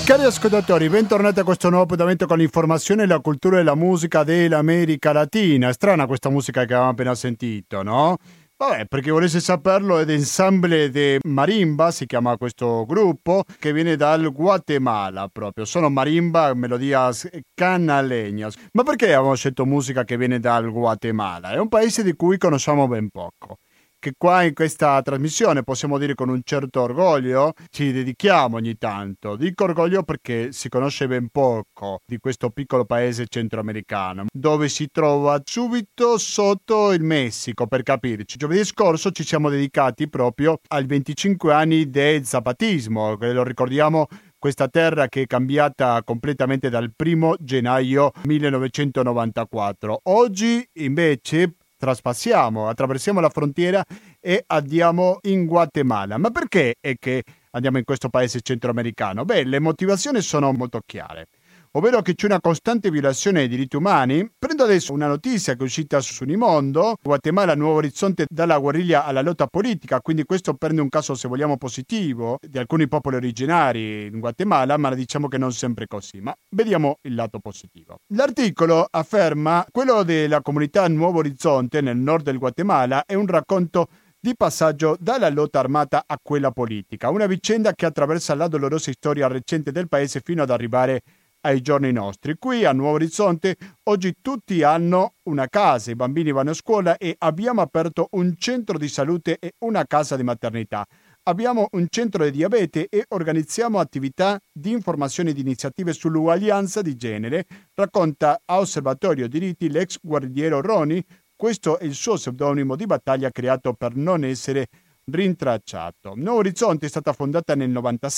Cari ascoltatori, bentornati a questo nuovo appuntamento con l'informazione, la cultura e la musica dell'America Latina. È strana questa musica che avevamo appena sentito, no? Vabbè, per chi volesse saperlo, è l'Ensemble de Marimba, si chiama questo gruppo, che viene dal Guatemala proprio. Sono marimba, melodias canaleñas. Ma perché abbiamo scelto musica che viene dal Guatemala? È un paese di cui conosciamo ben poco. Che qua in questa trasmissione possiamo dire con un certo orgoglio ci dedichiamo ogni tanto. Dico orgoglio perché si conosce ben poco di questo piccolo paese centroamericano, dove si trova subito sotto il Messico, per capirci. Giovedì scorso ci siamo dedicati proprio ai 25 anni del zapatismo, che lo ricordiamo, questa terra che è cambiata completamente dal 1° gennaio 1994. Oggi invece attraversiamo la frontiera e andiamo in Guatemala. Ma perché è che andiamo in questo paese centroamericano? Beh, le motivazioni sono molto chiare, ovvero che c'è una costante violazione dei diritti umani. Prendo adesso una notizia che è uscita su Unimondo: Guatemala, nuovo orizzonte dalla guerriglia alla lotta politica. Quindi questo prende un caso, se vogliamo, positivo di alcuni popoli originari in Guatemala, ma diciamo che non sempre così. Ma vediamo il lato positivo. L'articolo afferma: quello della comunità Nuovo Orizzonte nel nord del Guatemala è un racconto di passaggio dalla lotta armata a quella politica, una vicenda che attraversa la dolorosa storia recente del paese fino ad arrivare ai giorni nostri. Qui a Nuovo Orizzonte oggi tutti hanno una casa, i bambini vanno a scuola e abbiamo aperto un centro di salute e una casa di maternità. Abbiamo un centro di diabete e organizziamo attività di informazione e di iniziative sull'uguaglianza di genere, racconta a Osservatorio Diritti l'ex guerrigliero Ronnie. Questo è il suo pseudonimo di battaglia creato per non essere rintracciato. Nuovo Orizzonte è stata fondata nel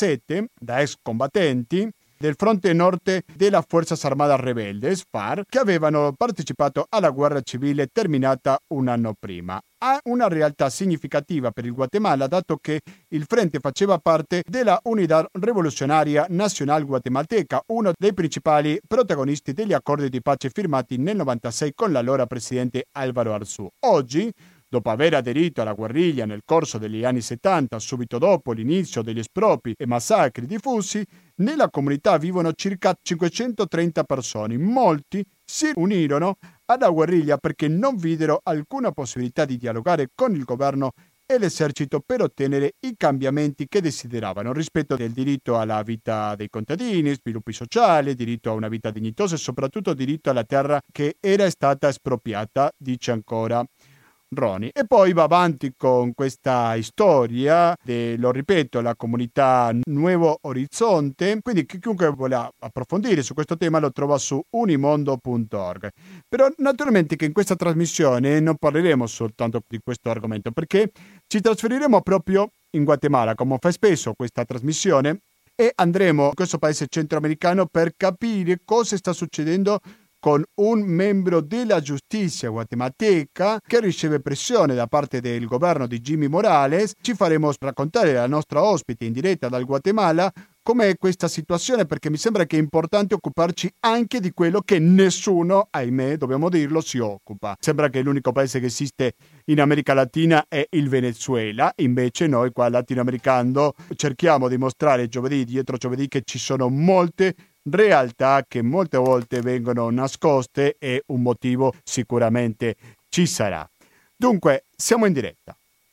97 da ex combattenti del fronte nord della Fuerzas Armadas Rebeldes, FARC, che avevano partecipato alla guerra civile terminata un anno prima. Ha una realtà significativa per il Guatemala, dato che il Frente faceva parte della Unidad Revolucionaria Nacional Guatemalteca, uno dei principali protagonisti degli accordi di pace firmati nel 96 con l'allora presidente Álvaro Arzú. Oggi, dopo aver aderito alla guerriglia nel corso degli anni 70, subito dopo l'inizio degli espropri e massacri diffusi, nella comunità vivono circa 530 persone. Molti si unirono alla guerriglia perché non videro alcuna possibilità di dialogare con il governo e l'esercito per ottenere i cambiamenti che desideravano: rispetto del diritto alla vita dei contadini, sviluppo sociale, diritto a una vita dignitosa e soprattutto diritto alla terra che era stata espropriata, dice ancora Ronnie. E poi va avanti con questa storia lo ripeto, la comunità Nuevo Orizzonte. Quindi chiunque vuole approfondire su questo tema lo trova su unimondo.org. Però naturalmente che in questa trasmissione non parleremo soltanto di questo argomento, perché ci trasferiremo proprio in Guatemala, come fa spesso questa trasmissione, e andremo in questo paese centroamericano per capire cosa sta succedendo con un membro della giustizia guatemalteca che riceve pressione da parte del governo di Jimmy Morales. Ci faremo raccontare la nostra ospite in diretta dal Guatemala com'è questa situazione, perché mi sembra che è importante occuparci anche di quello che nessuno, ahimè, dobbiamo dirlo, si occupa. Sembra che l'unico paese che esiste in America Latina è il Venezuela, invece noi qua latinoamericano cerchiamo di mostrare dietro giovedì che ci sono molte realtà che molte volte vengono nascoste e un motivo sicuramente ci sarà. Dunque, siamo in diretta.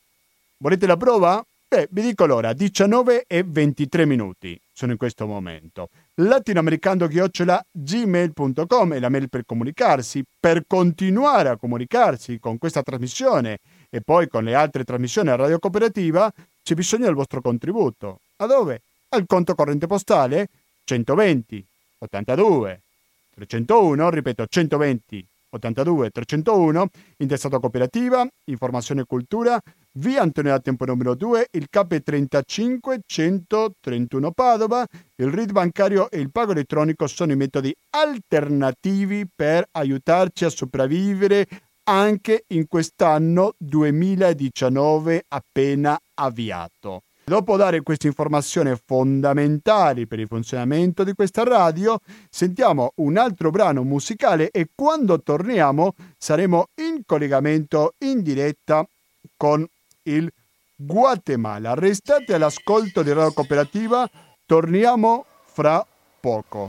Volete la prova? Vi dico l'ora, 19:23 sono in questo momento. latinoamericando@gmail.com è la mail per comunicarsi, per continuare a comunicarsi con questa trasmissione e poi con le altre trasmissioni a Radio Cooperativa. C'è bisogno del vostro contributo. A dove? Al conto corrente postale 120 82 301, ripeto 120 82 301, intestato Cooperativa, Informazione e Cultura, via Antonio da Tempo numero 2, il CAP 35 131 Padova. Il RID bancario e il pago elettronico sono i metodi alternativi per aiutarci a sopravvivere anche in quest'anno 2019 appena avviato. Dopo dare queste informazioni fondamentali per il funzionamento di questa radio, sentiamo un altro brano musicale e quando torniamo saremo in collegamento in diretta con il Guatemala. Restate all'ascolto di Radio Cooperativa, torniamo fra poco.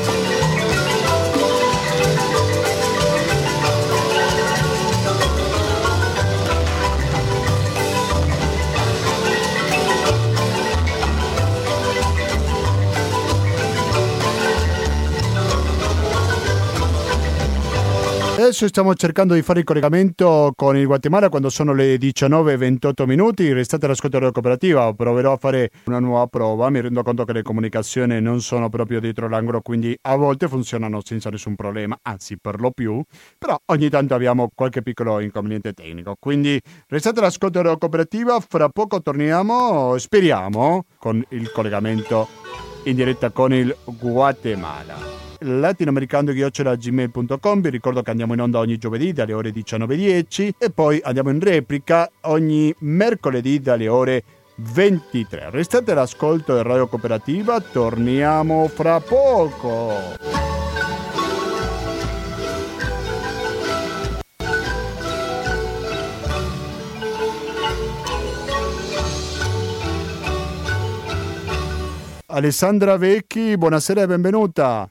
Adesso stiamo cercando di fare il collegamento con il Guatemala quando sono le 19:28. Restate all'ascolto della cooperativa, proverò a fare una nuova prova. Mi rendo conto che le comunicazioni non sono proprio dietro l'angolo, quindi a volte funzionano senza nessun problema, anzi per lo più, però ogni tanto abbiamo qualche piccolo inconveniente tecnico. Quindi restate all'ascolto della cooperativa, fra poco torniamo, speriamo, con il collegamento in diretta con il Guatemala. latinoamericando@gmail.com. Vi ricordo che andiamo in onda ogni giovedì dalle ore 19:10 e poi andiamo in replica ogni mercoledì dalle ore 23. Restate all'ascolto del Radio Cooperativa, torniamo fra poco. Alessandra Vecchi, buonasera e benvenuta.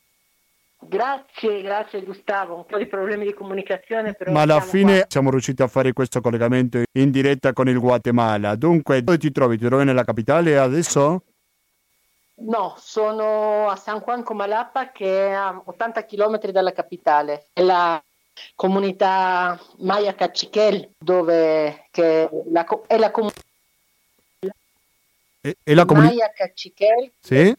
Grazie Gustavo, un po' di problemi di comunicazione però. Ma alla fine siamo riusciti a fare questo collegamento in diretta con il Guatemala. Dunque, dove ti trovi? Ti trovi nella capitale adesso? No, sono a San Juan Comalapa, che è a 80 km dalla capitale. È la comunità Maya Cachiquel, è la comunità Maya Cachiquel. Sì?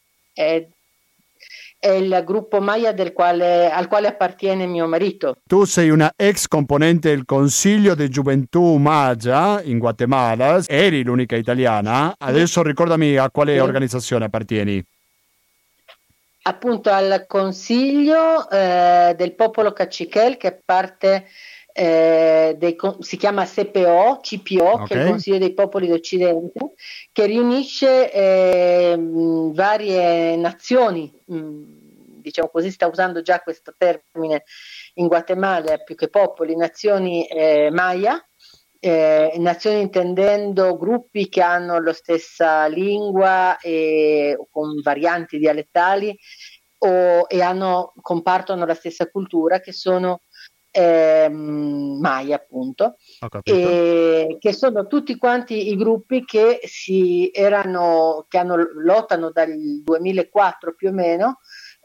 È il gruppo Maya al quale appartiene mio marito. Tu sei una ex componente del Consiglio di Gioventù Maya in Guatemala, eri l'unica italiana, adesso ricordami a quale organizzazione appartieni. Appunto al Consiglio del Popolo Cachiquel, che è parte si chiama CPO, Okay. che è il Consiglio dei Popoli d'Occidente, che riunisce varie nazioni, diciamo così, sta usando già questo termine in Guatemala, più che popoli, nazioni Maya, nazioni intendendo gruppi che hanno la stessa lingua con varianti dialettali e compartono la stessa cultura, che sono Maya, appunto, e che sono tutti quanti i gruppi che lottano dal 2004 più o meno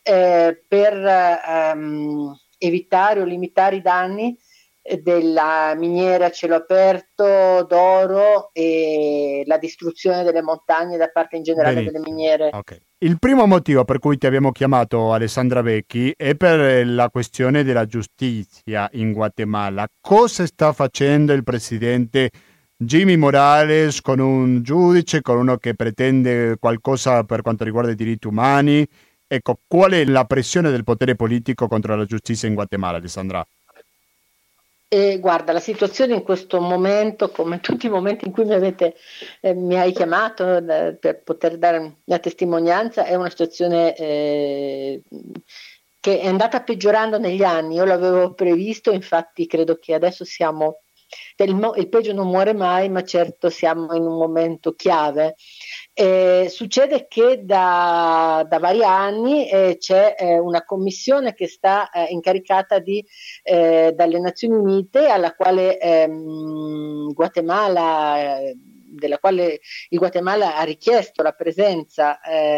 per evitare o limitare i danni della miniera a cielo aperto d'oro e la distruzione delle montagne da parte in generale delle miniere. Okay. Il primo motivo per cui ti abbiamo chiamato, Alessandra Vecchi, è per la questione della giustizia in Guatemala. Cosa sta facendo il presidente Jimmy Morales con un giudice, con uno che pretende qualcosa per quanto riguarda i diritti umani? Ecco, qual è la pressione del potere politico contro la giustizia in Guatemala, Alessandra? Guarda, la situazione in questo momento, come tutti i momenti in cui mi hai chiamato per poter dare la testimonianza, è una situazione che è andata peggiorando negli anni. Io l'avevo previsto, infatti credo che adesso il peggio non muore mai, ma certo siamo in un momento chiave. Succede che da vari anni c'è una commissione che sta incaricata dalle Nazioni Unite, alla quale della quale il Guatemala ha richiesto la presenza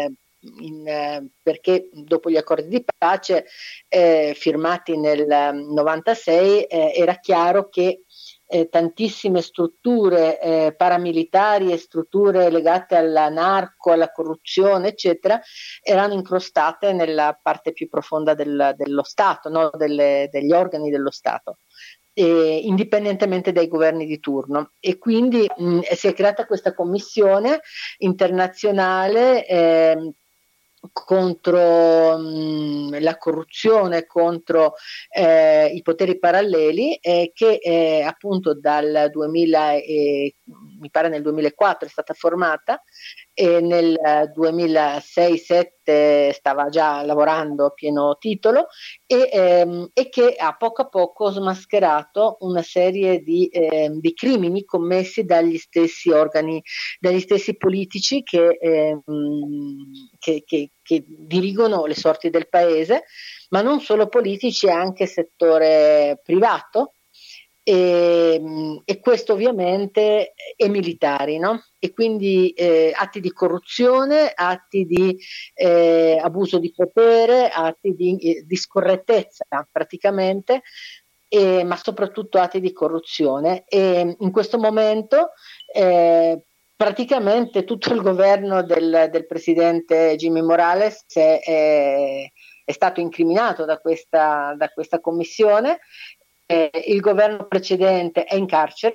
perché dopo gli accordi di pace firmati nel 96 era chiaro che tantissime strutture paramilitari e strutture legate alla narco, alla corruzione, eccetera, erano incrostate nella parte più profonda dello Stato, no? Degli organi dello Stato, indipendentemente dai governi di turno. E quindi si è creata questa commissione internazionale contro la corruzione, contro i poteri paralleli, che appunto dal 2000, mi pare nel 2004 è stata formata, e nel 2006-07 stava già lavorando a pieno titolo e che ha poco a poco smascherato una serie di crimini commessi dagli stessi organi, dagli stessi politici che che dirigono le sorti del paese, ma non solo politici, anche settore privato. E questo ovviamente e militari, no? E quindi atti di corruzione, atti di abuso di potere, atti di scorrettezza praticamente, ma soprattutto atti di corruzione. E in questo momento praticamente tutto il governo del presidente Jimmy Morales è stato incriminato da questa commissione. Il governo precedente è in carcere,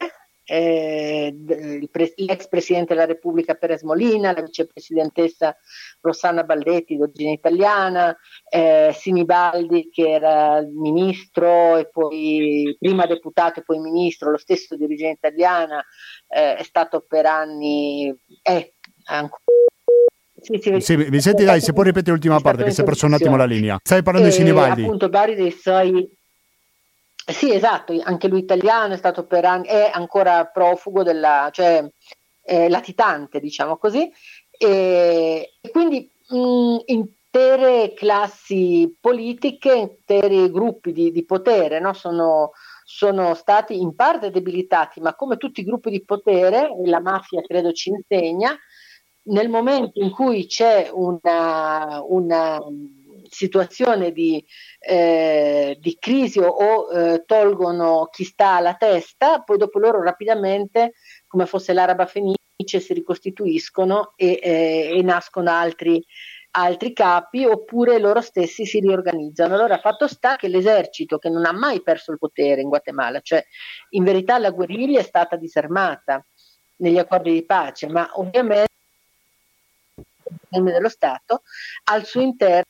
l'ex presidente della Repubblica Perez Molina, la vicepresidentessa Rossana Baldetti, d'origine italiana, Sinibaldi che era ministro e poi prima deputato e poi ministro, lo stesso di origine italiana, è stato per anni, ancora. Sì, mi senti? Dai, se puoi ripetere l'ultima parte, che si è perso un attimo la linea. Stai parlando di Sinibaldi. Appunto, vari dei suoi... Sì, esatto, anche lui italiano, è stato per anni, è ancora profugo cioè latitante, diciamo così, e quindi intere classi politiche, interi gruppi di potere, no? Sono stati in parte debilitati, ma come tutti i gruppi di potere, la mafia credo ci insegna, nel momento in cui c'è una situazione di crisi o tolgono chi sta alla testa, poi dopo loro rapidamente, come fosse l'araba fenice, si ricostituiscono e nascono altri capi, oppure loro stessi si riorganizzano. Allora, fatto sta che l'esercito, che non ha mai perso il potere in Guatemala, cioè in verità la guerriglia è stata disarmata negli accordi di pace, ma ovviamente dello Stato al suo interno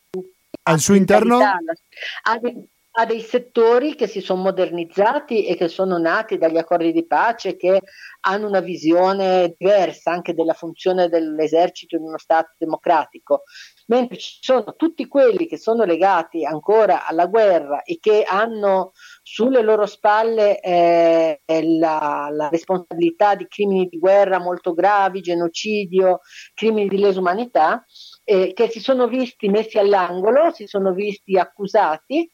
ha dei settori che si sono modernizzati e che sono nati dagli accordi di pace, che hanno una visione diversa anche della funzione dell'esercito in uno Stato democratico, mentre ci sono tutti quelli che sono legati ancora alla guerra e che hanno sulle loro spalle la responsabilità di crimini di guerra molto gravi, genocidio, crimini di lesa umanità, che si sono visti messi all'angolo, si sono visti accusati,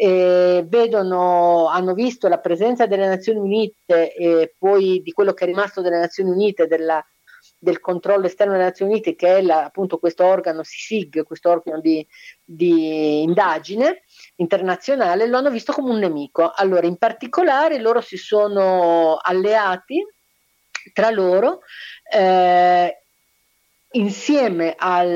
hanno visto la presenza delle Nazioni Unite e poi di quello che è rimasto delle Nazioni Unite, del controllo esterno delle Nazioni Unite, che è appunto questo organo SISIG, questo organo di indagine internazionale, lo hanno visto come un nemico. Allora, in particolare loro si sono alleati tra loro insieme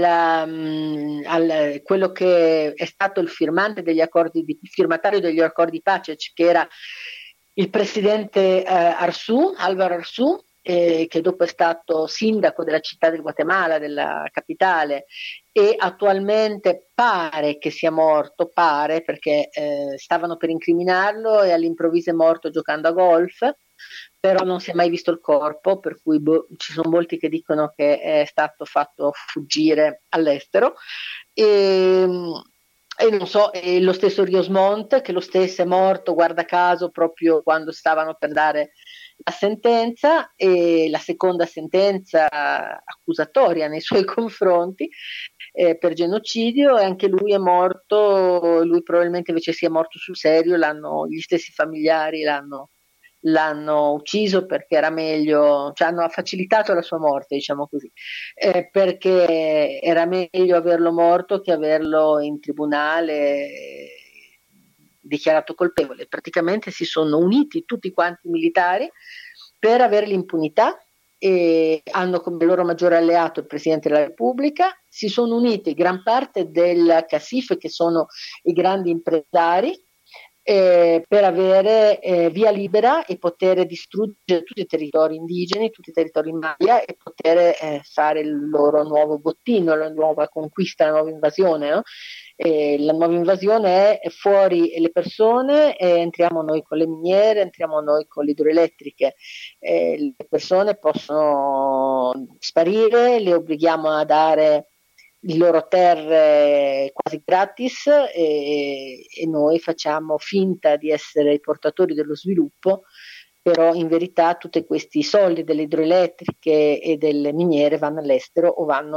al quello che è stato il firmatario degli accordi di pace, che era il presidente Alvaro Arzú, che dopo è stato sindaco della città del Guatemala, della capitale, e attualmente pare che sia morto, perché stavano per incriminarlo e all'improvviso è morto giocando a golf, però non si è mai visto il corpo, per cui ci sono molti che dicono che è stato fatto fuggire all'estero. E non so, lo stesso Rios Montt, che lo stesso è morto, guarda caso, proprio quando stavano per dare la sentenza, e la seconda sentenza accusatoria nei suoi confronti per genocidio, e anche lui è morto. Lui probabilmente invece sia morto sul serio, gli stessi familiari l'hanno ucciso perché era meglio, cioè hanno facilitato la sua morte, diciamo così, perché era meglio averlo morto che averlo in tribunale dichiarato colpevole. Praticamente si sono uniti tutti quanti i militari per avere l'impunità e hanno come loro maggiore alleato il Presidente della Repubblica. Si sono uniti gran parte del CACIF, che sono i grandi impresari, per avere via libera e poter distruggere tutti i territori indigeni, tutti i territori maya, e poter fare il loro nuovo bottino, la nuova conquista, la nuova invasione, no? La nuova invasione è fuori le persone, entriamo noi con le miniere, entriamo noi con le idroelettriche, le persone possono sparire, le obblighiamo a dare le loro terre quasi gratis, e noi facciamo finta di essere i portatori dello sviluppo, però in verità tutti questi soldi delle idroelettriche e delle miniere vanno all'estero o vanno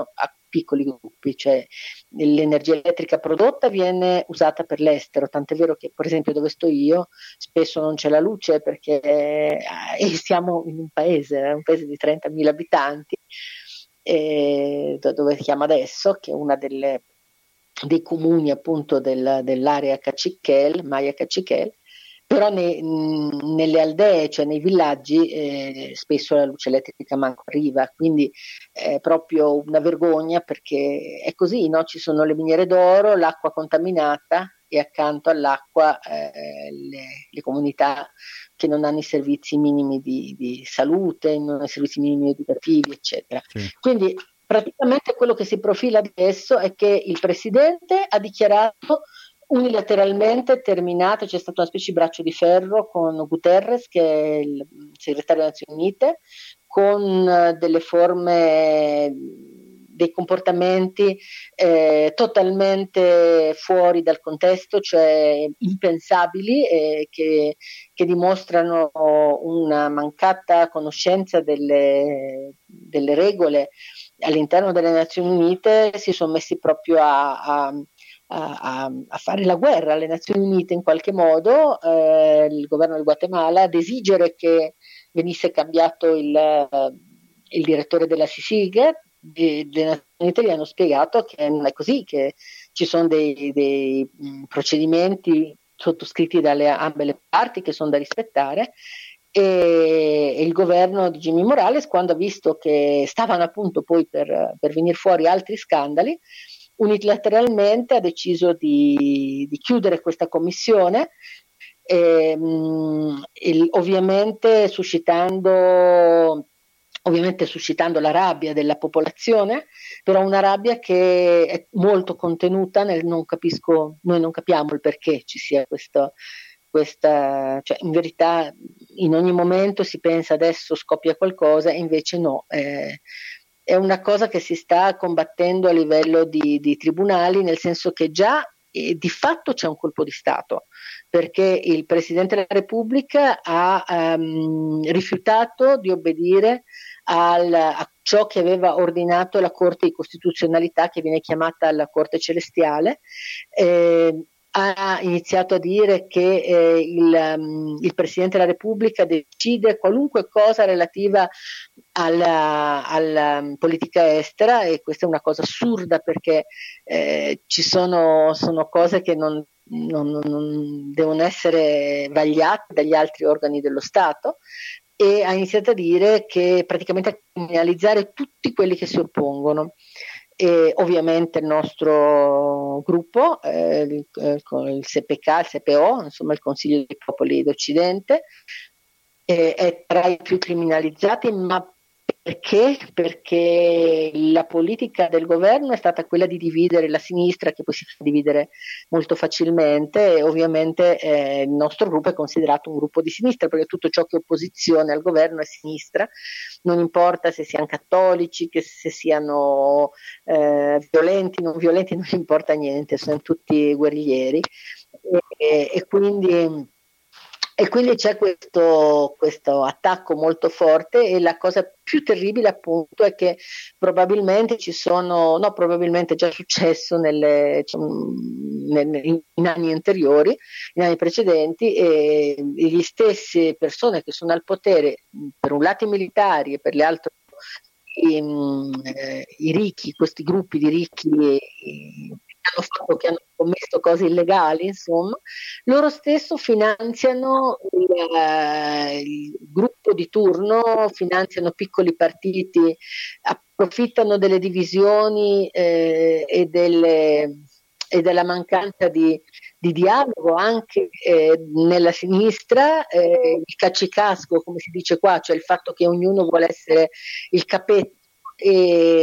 piccoli gruppi, cioè l'energia elettrica prodotta viene usata per l'estero, tant'è vero che per esempio dove sto io spesso non c'è la luce perché siamo in un paese di 30.000 abitanti, dove siamo adesso, che è una dei comuni appunto dell'area Caciquel, Maya Caciquel, però nelle aldee, cioè nei villaggi, spesso la luce elettrica manco arriva, quindi è proprio una vergogna perché è così, no? Ci sono le miniere d'oro, l'acqua contaminata e accanto all'acqua le comunità che non hanno i servizi minimi di salute, non hanno i servizi minimi educativi, eccetera. Sì. Quindi praticamente quello che si profila adesso è che il presidente ha dichiarato unilateralmente terminato, c'è stato una specie di braccio di ferro con Guterres, che è il segretario delle Nazioni Unite, con delle forme, dei comportamenti totalmente fuori dal contesto, cioè impensabili, che dimostrano una mancata conoscenza delle regole all'interno delle Nazioni Unite. Si sono messi proprio a fare la guerra alle Nazioni Unite in qualche modo, il governo del Guatemala, ad esigere che venisse cambiato il direttore della CICIG. Le Nazioni Unite gli hanno spiegato che non è così, che ci sono dei procedimenti sottoscritti dalle ambe le parti che sono da rispettare, e il governo di Jimmy Morales, quando ha visto che stavano appunto poi per venire fuori altri scandali, unilateralmente ha deciso di chiudere questa commissione, ovviamente suscitando la rabbia della popolazione, però una rabbia che è molto contenuta noi non capiamo il perché ci sia questa, cioè in verità in ogni momento si pensa adesso scoppia qualcosa e invece no, è una cosa che si sta combattendo a livello di tribunali, nel senso che già di fatto c'è un colpo di Stato, perché il Presidente della Repubblica ha rifiutato di obbedire a ciò che aveva ordinato la Corte di Costituzionalità, che viene chiamata la Corte Celestiale. Ha iniziato a dire che il Presidente della Repubblica decide qualunque cosa relativa alla politica estera, e questa è una cosa assurda perché sono cose che non devono essere vagliate dagli altri organi dello Stato, e ha iniziato a dire che praticamente a criminalizzare tutti quelli che si oppongono. E ovviamente il nostro gruppo, il CPK, il CPO, insomma il Consiglio dei Popoli d'Occidente, è tra i più criminalizzati, ma perché? Perché la politica del governo è stata quella di dividere la sinistra, che poi si fa dividere molto facilmente, e ovviamente il nostro gruppo è considerato un gruppo di sinistra, perché tutto ciò che è opposizione al governo è sinistra, non importa se siano cattolici, che se siano violenti, non violenti, non importa niente, sono tutti guerriglieri, e quindi c'è questo attacco molto forte, e la cosa più terribile appunto è che probabilmente probabilmente è già successo in anni anteriori, in anni precedenti, e gli stesse persone che sono al potere, per un lato i militari e per l'altro i ricchi, questi gruppi di ricchi che hanno commesso cose illegali, insomma, loro stesso finanziano il gruppo di turno, finanziano piccoli partiti, approfittano delle divisioni e della mancanza di dialogo anche nella sinistra, il cacicasco, come si dice qua, cioè il fatto che ognuno vuole essere il capetto, e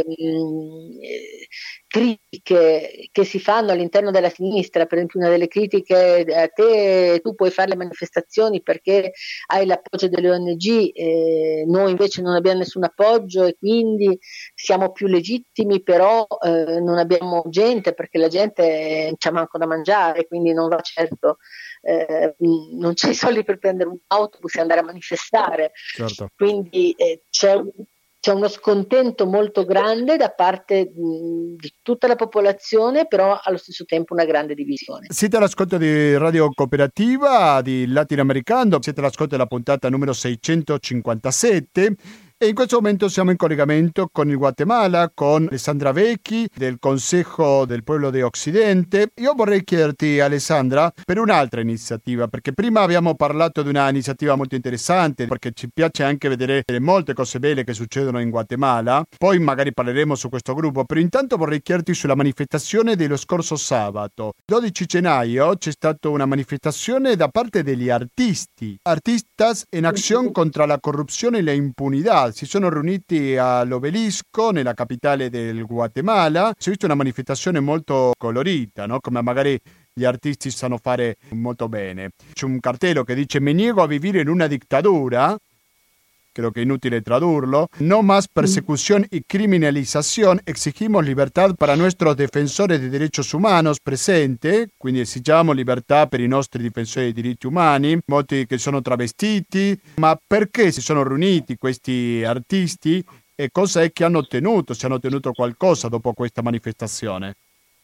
critiche che si fanno all'interno della sinistra. Per esempio, una delle critiche a tu puoi fare le manifestazioni perché hai l'appoggio delle ONG, noi invece non abbiamo nessun appoggio e quindi siamo più legittimi, però non abbiamo gente, perché la gente c'ha manco da mangiare, quindi non va certo, non c'è i soldi per prendere un autobus e andare a manifestare. Certo. Quindi c'è c'è uno scontento molto grande da parte di tutta la popolazione, però allo stesso tempo una grande divisione. Siete all'ascolto di Radio Cooperativa di Latinoamericano, siete all'ascolto della puntata numero 657 e in questo momento siamo in collegamento con il Guatemala, con Alessandra Vecchi del Consejo del Pueblo de Occidente. Io vorrei chiederti, Alessandra, per un'altra iniziativa, perché prima abbiamo parlato di una iniziativa molto interessante, perché ci piace anche vedere molte cose belle che succedono in Guatemala, poi magari parleremo su questo gruppo, però intanto vorrei chiederti sulla manifestazione dello scorso sabato. 12 gennaio c'è stata una manifestazione da parte degli artisti, Artistas en Acción contra la Corrupción e la Impunidad. Si sono riuniti all'Obelisco, nella capitale del Guatemala. Si è vista una manifestazione molto colorita, no? Come magari gli artisti sanno fare molto bene. C'è un cartello che dice: "Me niego a vivir en una dictadura". Creo que es inútil tradurlo. No más persecución y criminalización. Exigimos libertad para nuestros defensores de derechos humanos presente. Quindi esigiamo libertà per i nostri difensori dei diritti umani, molti che sono travestiti. Ma perché si sono riuniti questi artisti e cosa è che hanno ottenuto? Se hanno ottenuto qualcosa dopo questa manifestazione?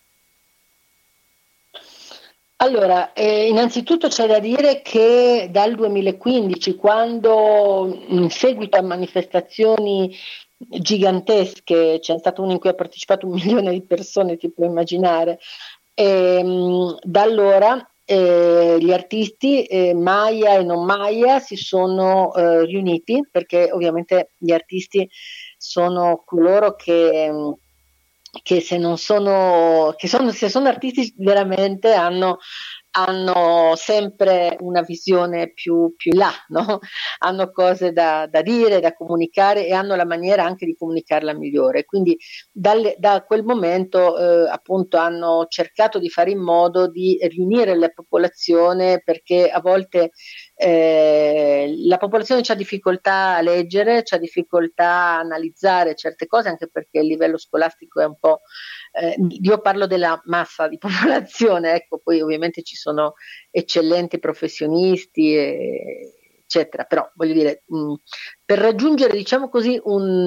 Allora, innanzitutto c'è da dire che dal 2015, quando in seguito a manifestazioni gigantesche, c'è stato uno in cui ha partecipato 1 milione di persone, ti puoi immaginare, da allora gli artisti Maya e non Maya si sono riuniti, perché ovviamente gli artisti sono coloro che se non sono, se sono artisti veramente hanno sempre una visione più là, no? Hanno cose da dire, da comunicare e hanno la maniera anche di comunicarla migliore. Quindi da quel momento appunto hanno cercato di fare in modo di riunire la popolazione, perché a volte la popolazione ha difficoltà a leggere, ha difficoltà a analizzare certe cose, anche perché il livello scolastico è un po'... io parlo della massa di popolazione, ecco, poi ovviamente ci sono eccellenti professionisti, eccetera, però voglio dire, per raggiungere, diciamo così,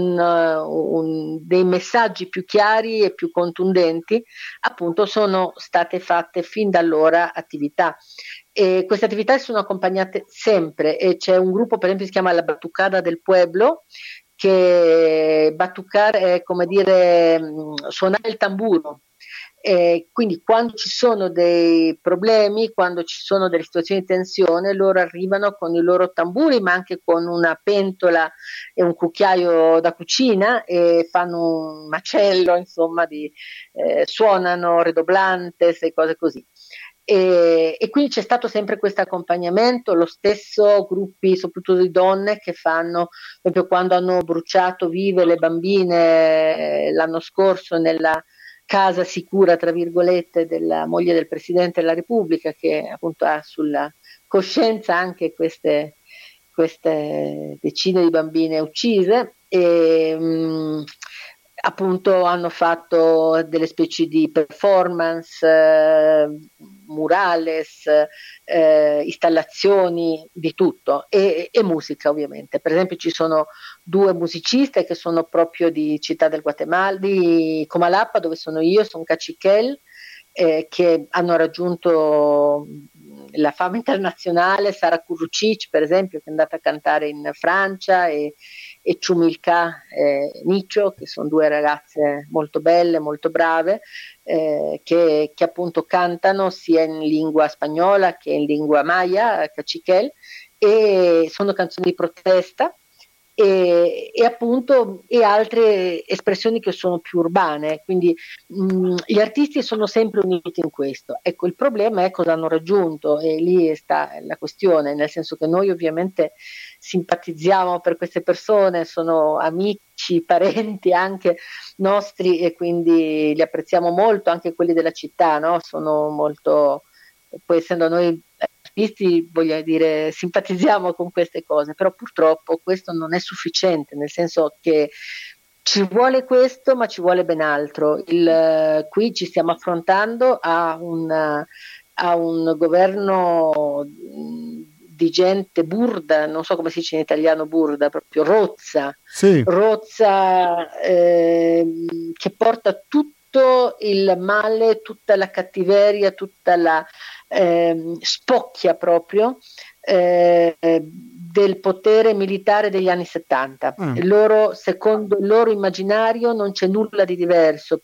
dei messaggi più chiari e più contundenti, appunto sono state fatte fin da allora attività. E queste attività sono accompagnate sempre, e c'è un gruppo, per esempio, si chiama la Batucada del Pueblo, che batucar è come dire suonare il tamburo. Quindi quando ci sono dei problemi, quando ci sono delle situazioni di tensione, loro arrivano con i loro tamburi, ma anche con una pentola e un cucchiaio da cucina, e fanno un macello, insomma, suonano redoblantes e cose così. E quindi c'è stato sempre questo accompagnamento, lo stesso gruppi, soprattutto di donne, che fanno, proprio quando hanno bruciato vive le bambine l'anno scorso nella casa sicura, tra virgolette, della moglie del Presidente della Repubblica, che appunto ha sulla coscienza anche queste decine di bambine uccise, e appunto hanno fatto delle specie di performance, murales, installazioni, di tutto, e musica ovviamente. Per esempio ci sono 2 musiciste che sono proprio di Città del Guatemala, di Comalapa, dove sono io, sono Caciquel, che hanno raggiunto la fama internazionale. Sara Kurucic, per esempio, che è andata a cantare in Francia, e Chumilka Nicho, che sono 2 ragazze molto belle, molto brave, che appunto cantano sia in lingua spagnola che in lingua maya, caciquel, e sono canzoni di protesta, e appunto e altre espressioni che sono più urbane. Quindi gli artisti sono sempre uniti in questo. Ecco, il problema è cosa hanno raggiunto, e lì sta la questione, nel senso che noi ovviamente simpatizziamo per queste persone, sono amici, parenti anche nostri, e quindi li apprezziamo molto, anche quelli della città, no? Sono molto, poi essendo noi artisti, voglio dire, simpatizziamo con queste cose, però purtroppo questo non è sufficiente, nel senso che ci vuole questo, ma ci vuole ben altro. Qui ci stiamo affrontando a un governo di gente burda, non so come si dice in italiano burda, proprio rozza, Sì, che porta tutto il male, tutta la cattiveria, tutta la spocchia proprio del potere militare degli anni 70. mm, Loro, secondo il loro immaginario non c'è nulla di diverso,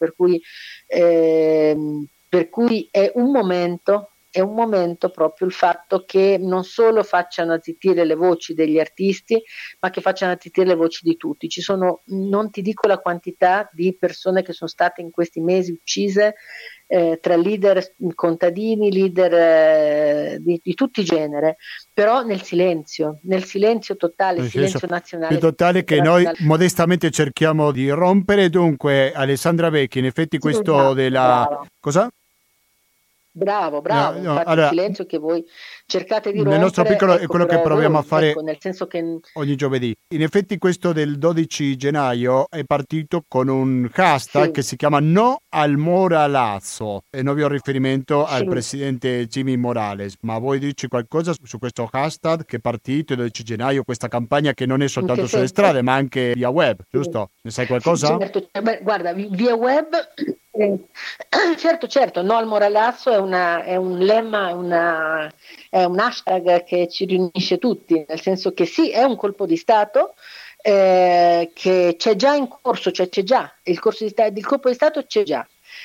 per cui è un momento proprio il fatto che non solo facciano azzittire le voci degli artisti, ma che facciano azzittire le voci di tutti. Ci sono, non ti dico la quantità di persone che sono state in questi mesi uccise, tra leader contadini, leader di tutti i generi, però nel silenzio totale, nel senso silenzio più nazionale, totale che noi internazionale. modestamente cerchiamo di rompere. Dunque, Alessandra Vecchi, in effetti Sì, questo della... bravo. Cosa? Bravo, No, bravo, no, infatti il allora, silenzio che voi cercate di nel nostro rompere, piccolo è ecco, quello che però proviamo a voi, fare ecco, nel senso che ogni giovedì. In effetti questo del 12 gennaio è partito con un hashtag sì, che si chiama No al Moralazzo, e non vi ho riferimento al sì, presidente Jimmy Morales, ma vuoi dirci qualcosa su questo hashtag che è partito il 12 gennaio, questa campagna che non è in che soltanto sulle senso? strade ma anche via web, Sì, giusto? Ne sai sì, qualcosa? certo, beh, guarda, via web, eh, certo, certo, no al moralasso è un lemma, è un hashtag che ci riunisce tutti, nel senso che sì, è un colpo di Stato che c'è già in corso, cioè c'è già, il colpo di Stato c'è già.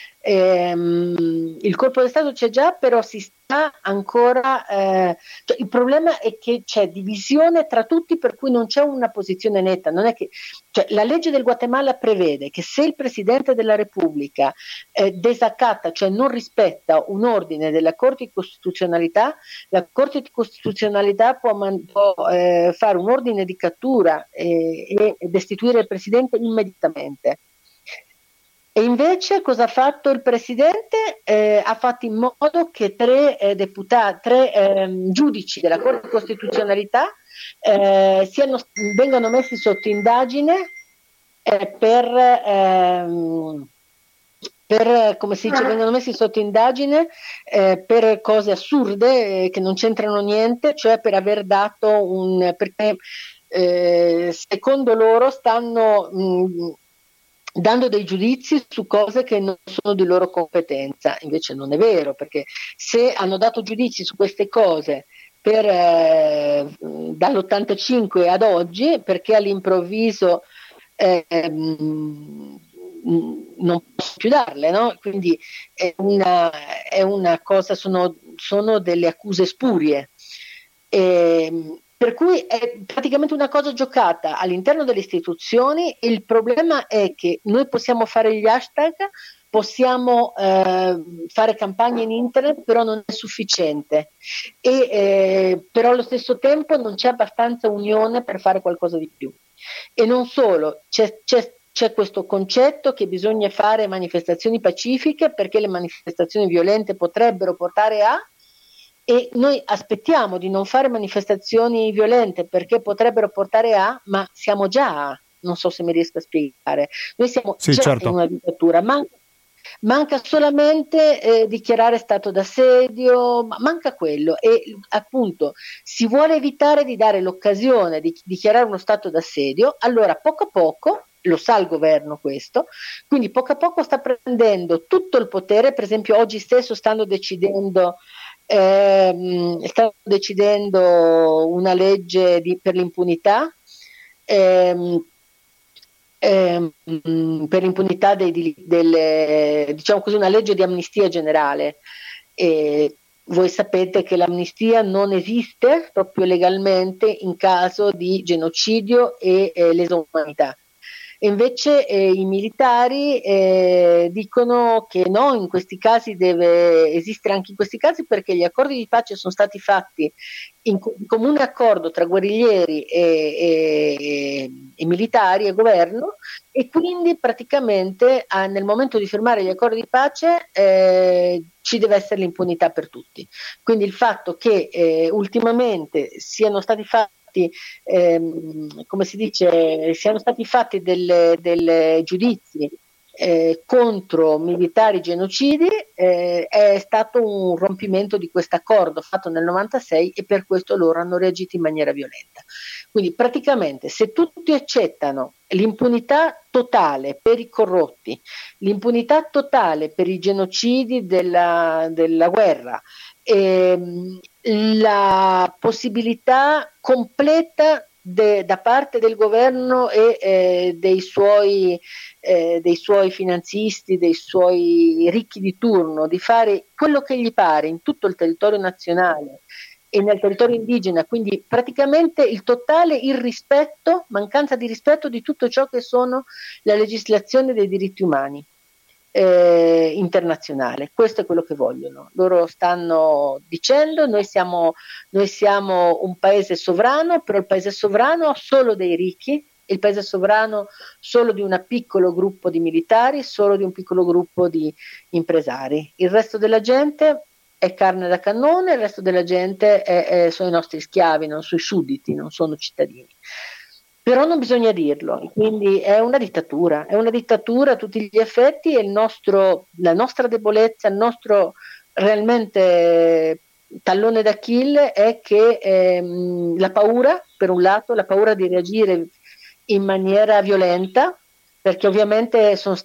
Il colpo di Stato c'è già, però si sta ancora. Cioè, il problema è che c'è divisione tra tutti, per cui non c'è una posizione netta. Non è che, cioè, la legge del Guatemala prevede che se il Presidente della Repubblica desaccata, cioè non rispetta un ordine della Corte di Costituzionalità, la Corte di Costituzionalità può fare un ordine di cattura e destituire il Presidente immediatamente. E invece cosa ha fatto il Presidente? Ha fatto in modo che tre giudici della Corte di Costituzionalità vengano messi sotto indagine come si dice, vengono messi sotto indagine per cose assurde che non c'entrano niente, cioè per aver dato perché secondo loro stanno dando dei giudizi su cose che non sono di loro competenza. Invece non è vero, perché se hanno dato giudizi su queste cose dall'85 ad oggi, perché all'improvviso non posso più darle, no? Quindi è una cosa, sono delle accuse spurie. Per cui è praticamente una cosa giocata all'interno delle istituzioni. Il problema è che noi possiamo fare gli hashtag, possiamo fare campagne in internet, però non è sufficiente. Però allo stesso tempo non c'è abbastanza unione per fare qualcosa di più. E non solo, c'è questo concetto che bisogna fare manifestazioni pacifiche perché le manifestazioni violente potrebbero portare a, e noi aspettiamo di non fare manifestazioni violente perché potrebbero portare a, ma siamo già a, non so se mi riesco a spiegare, noi siamo Sì, già in certo. una dittatura, manca solamente dichiarare stato d'assedio, manca quello, e appunto si vuole evitare di dare l'occasione di dichiarare uno stato d'assedio. Allora poco a poco, lo sa il governo questo, quindi poco a poco sta prendendo tutto il potere. Per esempio oggi stesso stanno decidendo una legge per l'impunità, ehm, per l'impunità diciamo così, una legge di amnistia generale. Voi sapete che l'amnistia non esiste proprio legalmente in caso di genocidio e lesa umanità. E invece i militari dicono che no, in questi casi deve esistere anche in questi casi, perché gli accordi di pace sono stati fatti in comune accordo tra guerriglieri e militari e governo, e quindi praticamente nel momento di firmare gli accordi di pace ci deve essere l'impunità per tutti. Quindi il fatto che ultimamente siano stati fatti come si dice, siano stati fatti delle giudizi contro militari genocidi, è stato un rompimento di questo accordo fatto nel 96 e per questo loro hanno reagito in maniera violenta. Quindi praticamente se tutti accettano l'impunità totale per i corrotti, l'impunità totale per i genocidi della guerra, la possibilità completa da parte del governo e dei suoi finanzisti, dei suoi ricchi di turno, di fare quello che gli pare in tutto il territorio nazionale e nel territorio indigena, quindi praticamente il totale mancanza di rispetto di tutto ciò che sono la legislazione dei diritti umani internazionale. Questo è quello che vogliono. Loro stanno dicendo noi siamo un paese sovrano, però il paese sovrano ha solo dei ricchi, il paese sovrano solo di un piccolo gruppo di militari, solo di un piccolo gruppo di impresari. Il resto della gente è carne da cannone, il resto della gente sono i nostri schiavi, non sono i sudditi, non sono cittadini. Però non bisogna dirlo, quindi è una dittatura a tutti gli effetti e la nostra debolezza, il nostro realmente tallone d'Achille è che la paura, per un lato, la paura di reagire in maniera violenta, perché ovviamente sono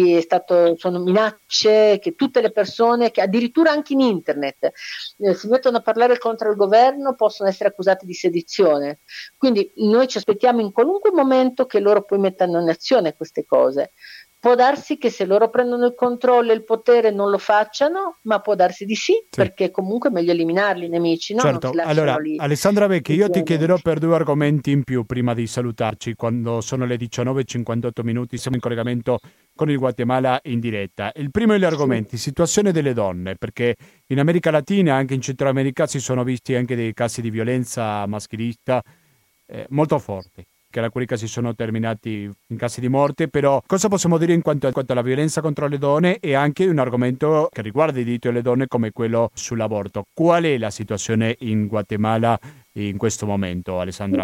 minacce che tutte le persone, che addirittura anche in internet, si mettono a parlare contro il governo, possono essere accusati di sedizione. Quindi noi ci aspettiamo in qualunque momento che loro poi mettano in azione queste cose. Può darsi che se loro prendono il controllo e il potere non lo facciano, ma può darsi di sì. Perché comunque è meglio eliminarli i nemici, no? Certo, allora lì. Alessandra Vecchi, io ti chiederò per 2 argomenti in più prima di salutarci, quando sono le 19:58, siamo in collegamento con il Guatemala in diretta. Il primo è gli argomenti, situazione delle donne, perché in America Latina, anche in Centro America, si sono visti anche dei casi di violenza maschilista molto forti, che alcuni casi sono terminati in casi di morte, però cosa possiamo dire in quanto alla violenza contro le donne e anche un argomento che riguarda i diritti delle donne come quello sull'aborto. Qual è la situazione in Guatemala in questo momento, Alessandra?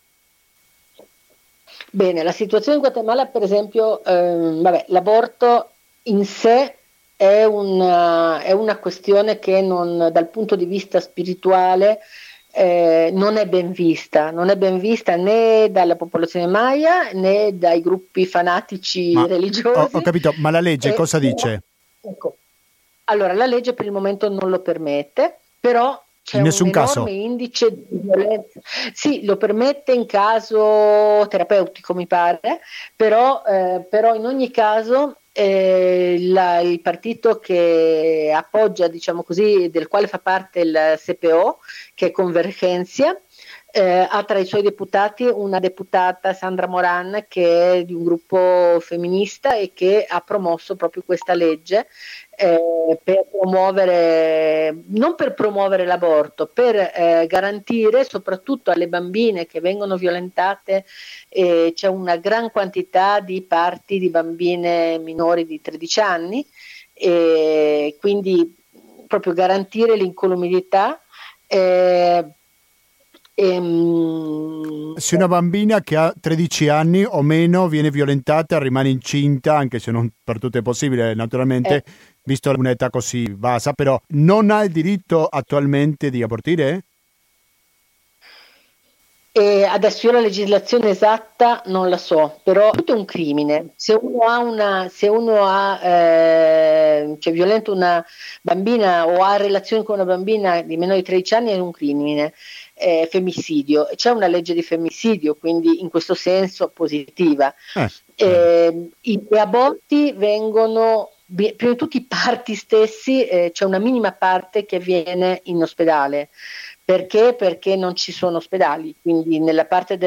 Bene, la situazione in Guatemala per esempio, l'aborto in sé è una questione che dal punto di vista spirituale non è ben vista né dalla popolazione Maya né dai gruppi fanatici religiosi. Ho capito, ma la legge cosa dice? Ecco. Allora, la legge per il momento non lo permette, però c'è un enorme indice di violenza. Sì, lo permette in caso terapeutico, mi pare, però in ogni caso il partito che appoggia, diciamo così, del quale fa parte il CPO, che è Convergencia, ha tra i suoi deputati una deputata, Sandra Moran, che è di un gruppo femminista e che ha promosso proprio questa legge per promuovere, non per promuovere l'aborto, per garantire soprattutto alle bambine che vengono violentate, c'è una gran quantità di parti di bambine minori di 13 anni, e quindi proprio garantire l'incolumità. Se una bambina che ha 13 anni o meno viene violentata, rimane incinta, anche se non per tutto è possibile naturalmente, visto un'età così bassa, però non ha il diritto attualmente di abortire? Adesso io la legislazione esatta non la so, però tutto è un crimine. Se uno cioè violenta una bambina o ha relazioni con una bambina di meno di 13 anni è un crimine. Femminicidio, c'è una legge di femminicidio, quindi in questo senso positiva. Gli aborti vengono, prima di tutto i parti stessi, c'è una minima parte che avviene in ospedale. Perché? Perché non ci sono ospedali, quindi nella parte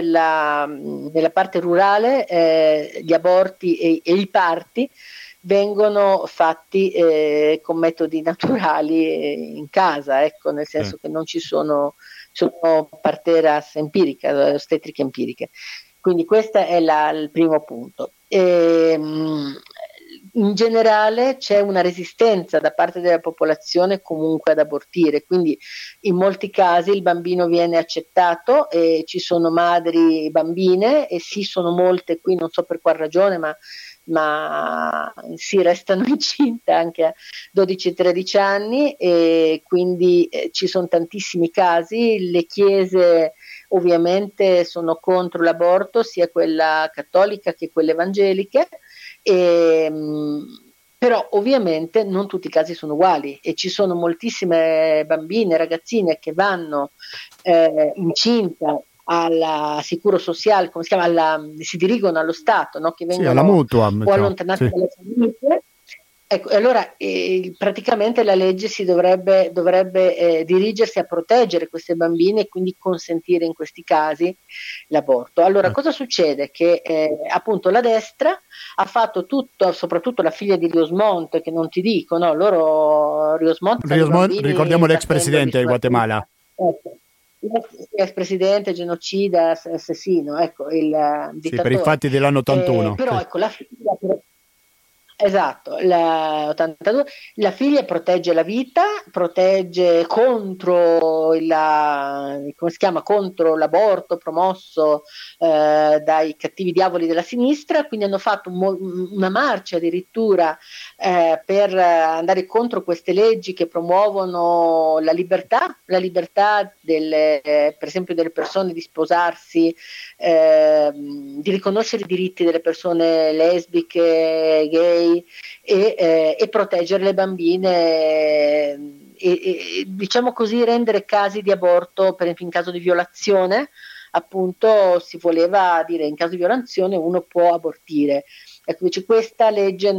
rurale gli aborti e i parti vengono fatti con metodi naturali in casa, ecco, nel senso che non ci sono parteras empiriche, ostetriche empiriche. Quindi questo è il primo punto. In generale c'è una resistenza da parte della popolazione comunque ad abortire, quindi in molti casi il bambino viene accettato e ci sono madri bambine, e sì, sono molte qui, non so per quale ragione, ma ma si restano incinta anche a 12-13 anni, e quindi ci sono tantissimi casi. Le chiese ovviamente sono contro l'aborto, sia quella cattolica che quelle evangeliche, e, però ovviamente non tutti i casi sono uguali, e ci sono moltissime bambine, ragazzine che vanno incinta alla Sicuro Social, come si chiama, si dirigono allo Stato, no? Che Sì, alla vengono Mutuam, o diciamo. allontanate Sì. dalle famiglie. Ecco, allora praticamente la legge dovrebbe dirigersi a proteggere queste bambine e quindi consentire in questi casi l'aborto. Allora, cosa succede? Che appunto la destra ha fatto tutto, soprattutto la figlia di Riosmonte, che non ti dico, no? Loro Riosmonte sono i Ricordiamo bambini l'ex battendoli presidente di sulla Guatemala. ecco. L'ex presidente, genocida, assassino, ecco, il Sì, per i dittatore. fatti dell'anno 81. Però Sì. ecco, la figlia, esatto, la 82, la figlia protegge la vita, protegge contro come si chiama, contro l'aborto promosso dai cattivi diavoli della sinistra, quindi hanno fatto una marcia addirittura per andare contro queste leggi che promuovono la libertà per esempio delle persone di sposarsi, di riconoscere i diritti delle persone lesbiche, gay, e proteggere le bambine, e diciamo così rendere casi di aborto in caso di violazione. Appunto si voleva dire in caso di violazione uno può abortire. Ecco, invece questa legge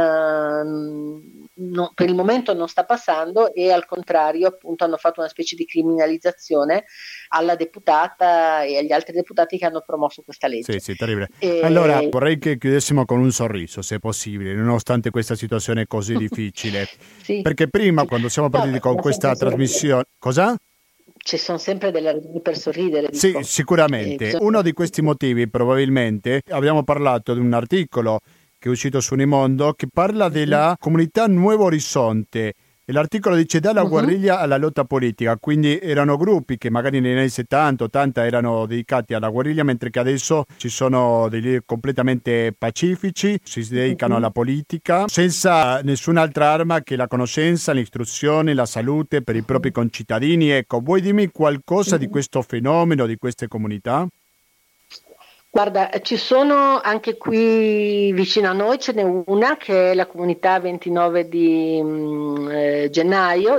per il momento non sta passando, e al contrario appunto hanno fatto una specie di criminalizzazione alla deputata e agli altri deputati che hanno promosso questa legge. Sì, terribile. Allora, vorrei che chiudessimo con un sorriso, se possibile, nonostante questa situazione così difficile. Sì, Perché prima, sì. quando siamo partiti con questa trasmissione... Cosa? Ci sono sempre delle ragioni per sorridere, dico. Sì, sicuramente. Uno di questi motivi, probabilmente, abbiamo parlato di un articolo che è uscito su Unimondo che parla della comunità Nuevo Horizonte. E l'articolo dice dalla guerriglia alla lotta politica, quindi erano gruppi che magari negli anni 70, 80 erano dedicati alla guerriglia, mentre che adesso ci sono dei leader completamente pacifici, si dedicano alla politica, senza nessun'altra arma che la conoscenza, l'istruzione, la salute per i propri concittadini. Ecco, vuoi dirmi qualcosa di questo fenomeno, di queste comunità? Guarda, ci sono anche qui vicino a noi, ce n'è una che è la comunità 29 di gennaio,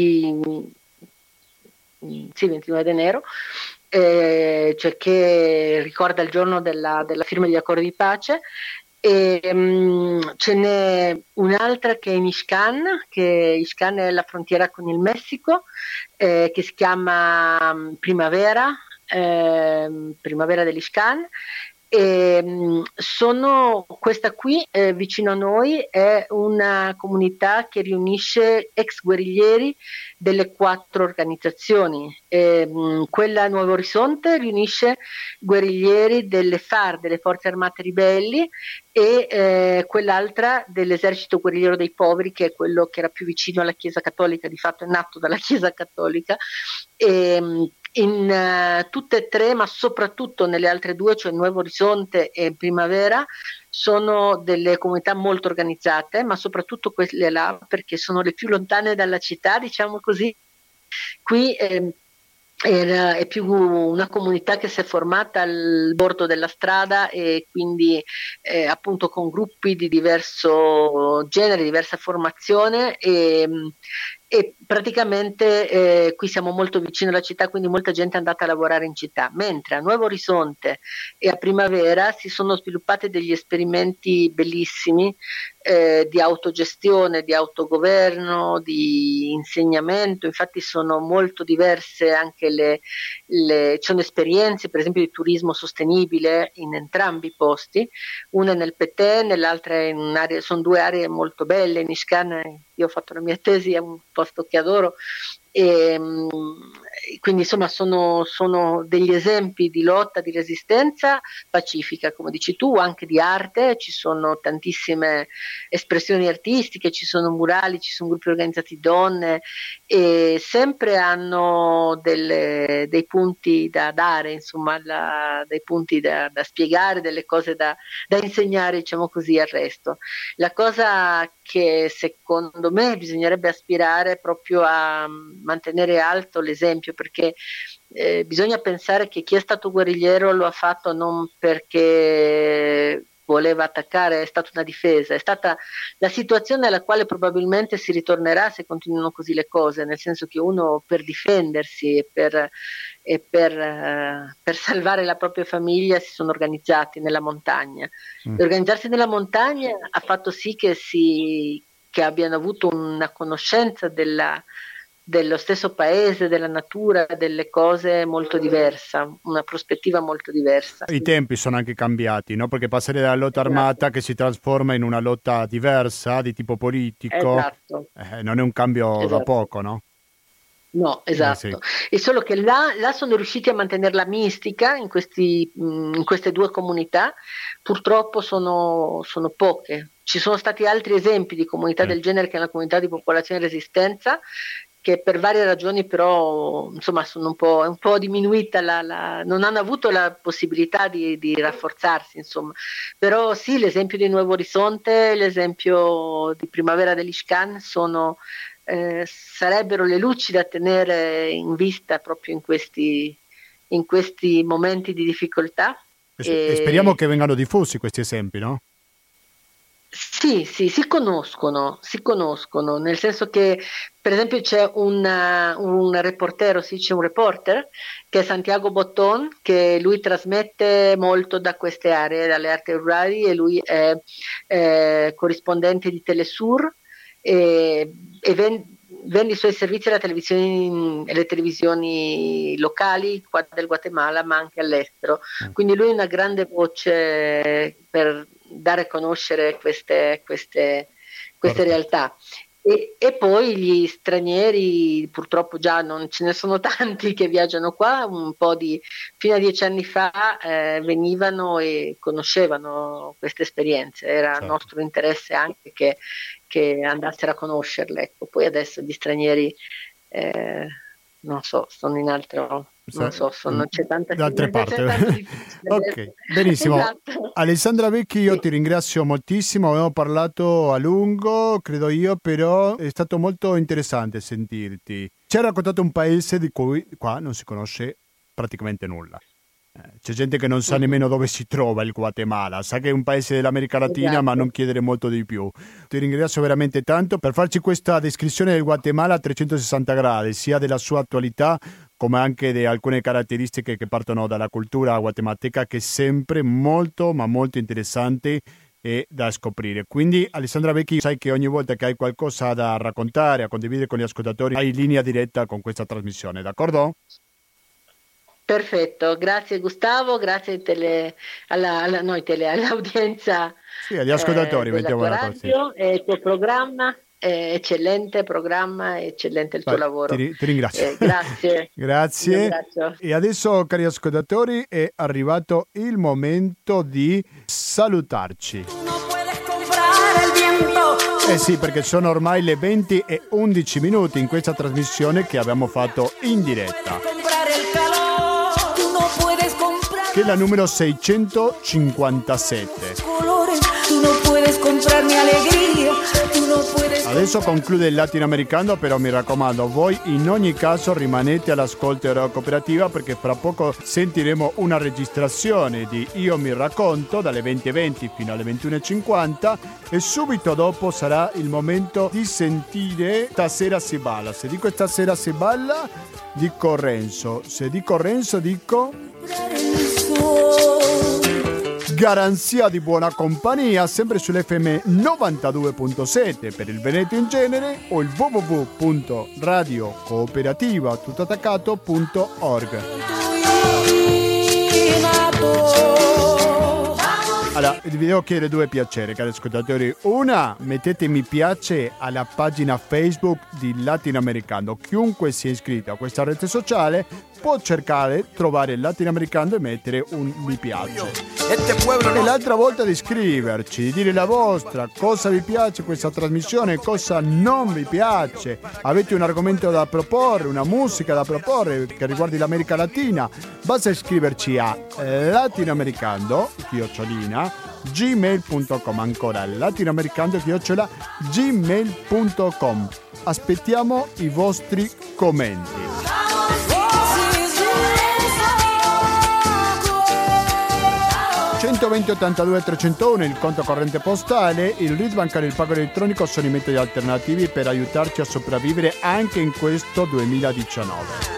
sì, 29 di enero, cioè che ricorda il giorno della firma degli accordi di pace. E ce n'è un'altra che è in Ixcan, che Ixcan è la frontiera con il Messico, che si chiama Primavera dell'Ixcan. Questa qui vicino a noi è una comunità che riunisce ex guerriglieri delle 4 organizzazioni. Quella Nuovo Orizzonte riunisce guerriglieri delle FAR, delle Forze Armate Ribelli, e quell'altra dell'Esercito Guerrigliero dei Poveri, che è quello che era più vicino alla Chiesa Cattolica, di fatto è nato dalla Chiesa Cattolica. In tutte e 3, ma soprattutto nelle altre 2, cioè Nuovo Orizzonte e Primavera, sono delle comunità molto organizzate, ma soprattutto quelle là perché sono le più lontane dalla città, diciamo così. Qui è più una comunità che si è formata al bordo della strada, e quindi appunto con gruppi di diverso genere, diversa formazione, e praticamente qui siamo molto vicino alla città, quindi molta gente è andata a lavorare in città, mentre a Nuovo Orizzonte e a Primavera si sono sviluppati degli esperimenti bellissimi di autogestione, di autogoverno, di insegnamento. Infatti sono molto diverse anche ci sono esperienze per esempio di turismo sostenibile in entrambi i posti, una è nel Petè, nell'altra è in un'area, sono 2 aree molto belle. In Ixcan io ho fatto la mia tesi, è un posto che adoro, e quindi insomma sono degli esempi di lotta, di resistenza pacifica, come dici tu, anche di arte. Ci sono tantissime espressioni artistiche, ci sono murali, ci sono gruppi organizzati di donne, e sempre hanno dei punti da dare, insomma, dei punti da spiegare, delle cose da insegnare, diciamo così, al resto. La cosa che secondo me bisognerebbe aspirare proprio a mantenere alto l'esempio, perché bisogna pensare che chi è stato guerrigliero lo ha fatto non perché voleva attaccare, è stata una difesa, è stata la situazione alla quale probabilmente si ritornerà se continuano così le cose, nel senso che uno per difendersi e per salvare la propria famiglia si sono organizzati nella montagna. E organizzarsi nella montagna ha fatto sì che abbiano avuto una conoscenza dello stesso paese, della natura, delle cose molto diversa, una prospettiva molto diversa. I tempi sono anche cambiati, no? Perché passare dalla lotta armata che si trasforma in una lotta diversa di tipo politico, non è un cambio da poco, no? No, esatto. Sì. E solo che là sono riusciti a mantenere la mistica in queste due comunità. Purtroppo sono poche. Ci sono stati altri esempi di comunità del genere, che è una comunità di popolazione e resistenza, che per varie ragioni però insomma sono un po' diminuita, non hanno avuto la possibilità di rafforzarsi, insomma. Però sì, l'esempio di Nuovo Orizzonte, l'esempio di Primavera dell'Ishkan sarebbero le luci da tenere in vista proprio in questi momenti di difficoltà. E speriamo che vengano diffusi questi esempi, no? Sì, si conoscono, nel senso che per esempio c'è un reporter che è Santiago Botton, che lui trasmette molto da queste aree, dalle aree rurali, e lui è corrispondente di Telesur e vende i suoi servizi alle televisioni locali qua del Guatemala, ma anche all'estero. Quindi lui è una grande voce per dare a conoscere queste realtà. E poi gli stranieri, purtroppo già non ce ne sono tanti che viaggiano qua, fino a 10 anni fa venivano e conoscevano queste esperienze, era nostro interesse anche che andassero a conoscerle. Ecco. Poi adesso gli stranieri non so, sono in altro, non so, c'è tanta da altre parti. Ok, benissimo. Esatto. Alessandra Vecchi, io ti ringrazio moltissimo, abbiamo parlato a lungo, credo io, però è stato molto interessante sentirti. Ci hai raccontato un paese di cui qua non si conosce praticamente nulla. C'è gente che non sa nemmeno dove si trova il Guatemala, sa che è un paese dell'America Latina, esatto, ma non chiedere molto di più. Ti ringrazio veramente tanto per farci questa descrizione del Guatemala a 360 gradi, sia della sua attualità come anche di alcune caratteristiche che partono dalla cultura guatemalteca, che è sempre molto, ma molto interessante e da scoprire. Quindi Alessandra Vecchi, sai che ogni volta che hai qualcosa da raccontare, a condividere con gli ascoltatori, hai linea diretta con questa trasmissione, d'accordo? Perfetto, grazie Gustavo, grazie all'audienza. Sì, agli ascoltatori, mettiamo la radio, e il tuo programma, eccellente programma, eccellente il tuo lavoro. Ti ringrazio. Grazie. Grazie. E adesso, cari ascoltatori, è arrivato il momento di salutarci. Sì, perché sono ormai le 20:11 in questa trasmissione che abbiamo fatto in diretta, che è la numero 657. Adesso conclude il latinoamericano, però mi raccomando, voi in ogni caso rimanete all'ascolto di Radio Cooperativa, perché fra poco sentiremo una registrazione di Io mi racconto dalle 20:20 fino alle 21:50 e subito dopo sarà il momento di sentire Stasera si balla. Se dico Stasera si balla, dico Renzo. Se dico Renzo, dico garanzia di buona compagnia, sempre sull'FM 92.7 per il Veneto in genere, o il www.radiocooperativa.org. Allora, vi devo chiedere due piaceri, cari ascoltatori. Una, mettete mi piace alla pagina Facebook di Latinoamericano. Chiunque sia iscritto a questa rete sociale può cercare, trovare Latinoamericano e mettere un mi piace. E l'altra volta di scriverci, di dire la vostra, cosa vi piace questa trasmissione, cosa non vi piace. Avete un argomento da proporre, una musica da proporre che riguardi l'America Latina, basta scriverci a latinoamericano @gmail.com. Ancora latinoamericano @gmail.com. Aspettiamo i vostri commenti. 120 82 301 il conto corrente postale, il RID bancario e il pago elettronico sono i metodi alternativi per aiutarci a sopravvivere anche in questo 2019.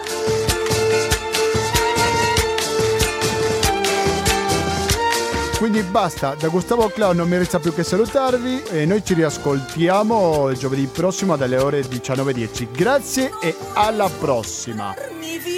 Quindi basta, da Gustavo Clown non mi resta più che salutarvi e noi ci riascoltiamo il giovedì prossimo dalle ore 19:10. Grazie e alla prossima!